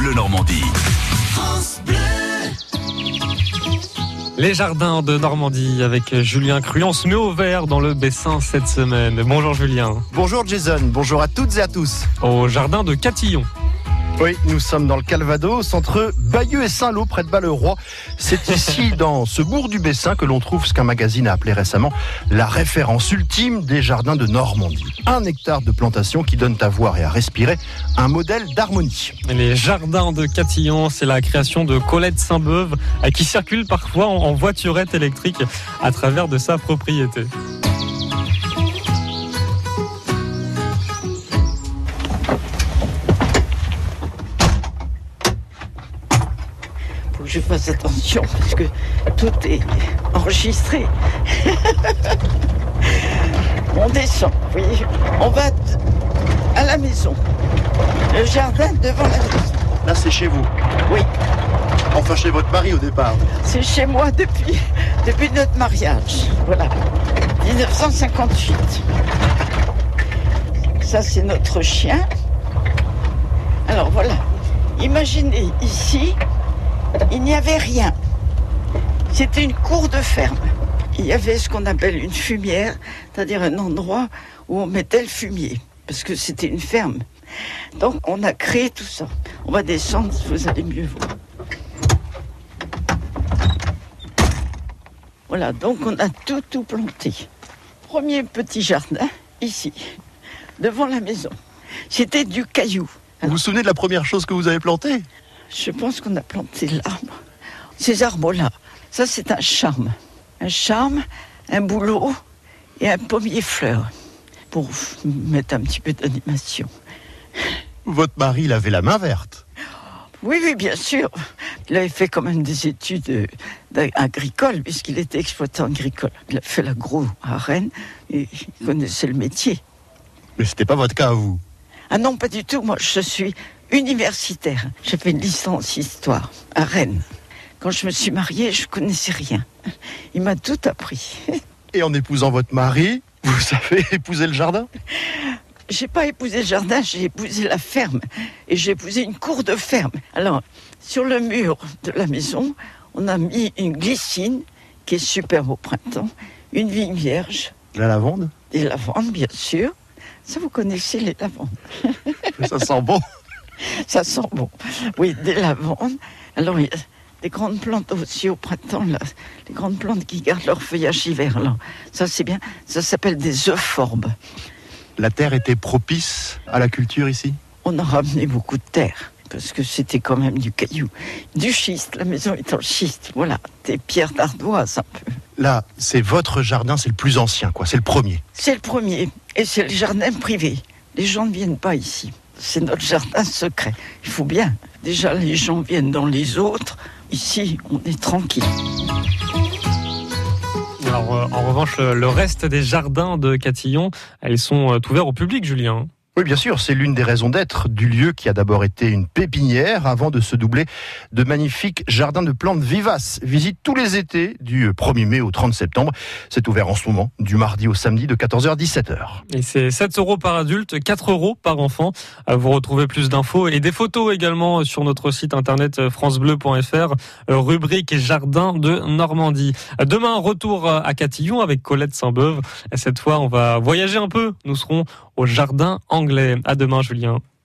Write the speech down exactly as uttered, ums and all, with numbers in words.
Bleu Normandie. France Bleu. Les jardins de Normandie avec Julien Cruy. On se met au vert dans le Bessin cette semaine. Bonjour Julien. Bonjour Jason, bonjour à toutes et à tous. Au jardin de Catillon. Oui, nous sommes dans le Calvados, entre Bayeux et Saint-Lô, près de Balleroy. C'est ici, dans ce bourg du Bessin, que l'on trouve ce qu'un magazine a appelé récemment la référence ultime des jardins de Normandie. Un hectare de plantation qui donne à voir et à respirer un modèle d'harmonie. Les jardins de Catillon, c'est la création de Colette Saint-Beuve, qui circule parfois en voiturette électrique à travers de sa propriété. Je fasse attention parce que tout est enregistré. On descend, vous voyez, on va à la maison. Le jardin devant la maison. Là, c'est chez vous? Oui. Enfin, chez votre mari au départ. C'est chez moi depuis, depuis notre mariage. Voilà. dix-neuf cent cinquante-huit. Ça, c'est notre chien. Alors voilà. Imaginez ici. Il n'y avait rien. C'était une cour de ferme. Il y avait ce qu'on appelle une fumière, c'est-à-dire un endroit où on mettait le fumier, parce que c'était une ferme. Donc on a créé tout ça. On va descendre, vous allez mieux voir. Voilà, donc on a tout, tout planté. Premier petit jardin, ici, devant la maison. C'était du caillou. Vous vous souvenez de la première chose que vous avez plantée? Je pense qu'on a planté l'arbre. Ces arbres-là, ça c'est un charme. Un charme, un bouleau et un pommier fleur. Pour mettre un petit peu d'animation. Votre mari, il avait la main verte. Oui, oui, bien sûr. Il avait fait quand même des études agricoles, puisqu'il était exploitant agricole. Il a fait l'agro à Rennes et il connaissait le métier. Mais c'était pas votre cas à vous? Ah non, pas du tout. Moi, je suis universitaire. J'ai fait une licence histoire à Rennes. Quand je me suis mariée, je connaissais rien. Il m'a tout appris. Et en épousant votre mari, vous savez épouser le jardin? J'ai pas épousé le jardin, j'ai épousé la ferme. Et j'ai épousé une cour de ferme. Alors, sur le mur de la maison, on a mis une glycine, qui est superbe au printemps, une vigne vierge. La lavande? Des lavandes, bien sûr. Ça, vous connaissez les lavandes. Ça sent bon. Ça sent bon. Oui, des lavandes. Alors, il y a des grandes plantes aussi au printemps, là. Les grandes plantes qui gardent leur feuillage hiver, là. Ça, c'est bien. Ça s'appelle des euphorbes. La terre était propice à la culture ici? On a ramené beaucoup de terre, parce que c'était quand même du caillou. Du schiste, la maison est en schiste. Voilà, des pierres d'ardoise, un peu. Là, c'est votre jardin, c'est le plus ancien, quoi. C'est le premier. C'est le premier. Et c'est le jardin privé. Les gens ne viennent pas ici. C'est notre jardin secret. Il faut bien. Déjà, les gens viennent dans les autres. Ici, on est tranquille. Alors, euh, en revanche, le reste des jardins de Catillon, elles sont euh, ouverts au public, Julien. Oui, bien sûr, c'est l'une des raisons d'être du lieu qui a d'abord été une pépinière avant de se doubler de magnifiques jardins de plantes vivaces. Visite tous les étés du premier mai au trente septembre. C'est ouvert en ce moment, du mardi au samedi de quatorze heures à dix-sept heures. Et c'est sept euros par adulte, quatre euros par enfant. Vous retrouvez plus d'infos et des photos également sur notre site internet francebleu point fr, rubrique Jardin de Normandie. Demain, retour à Catillon avec Colette Saint-Beuve. Cette fois, on va voyager un peu. Nous serons au jardin anglais. À demain, Julien.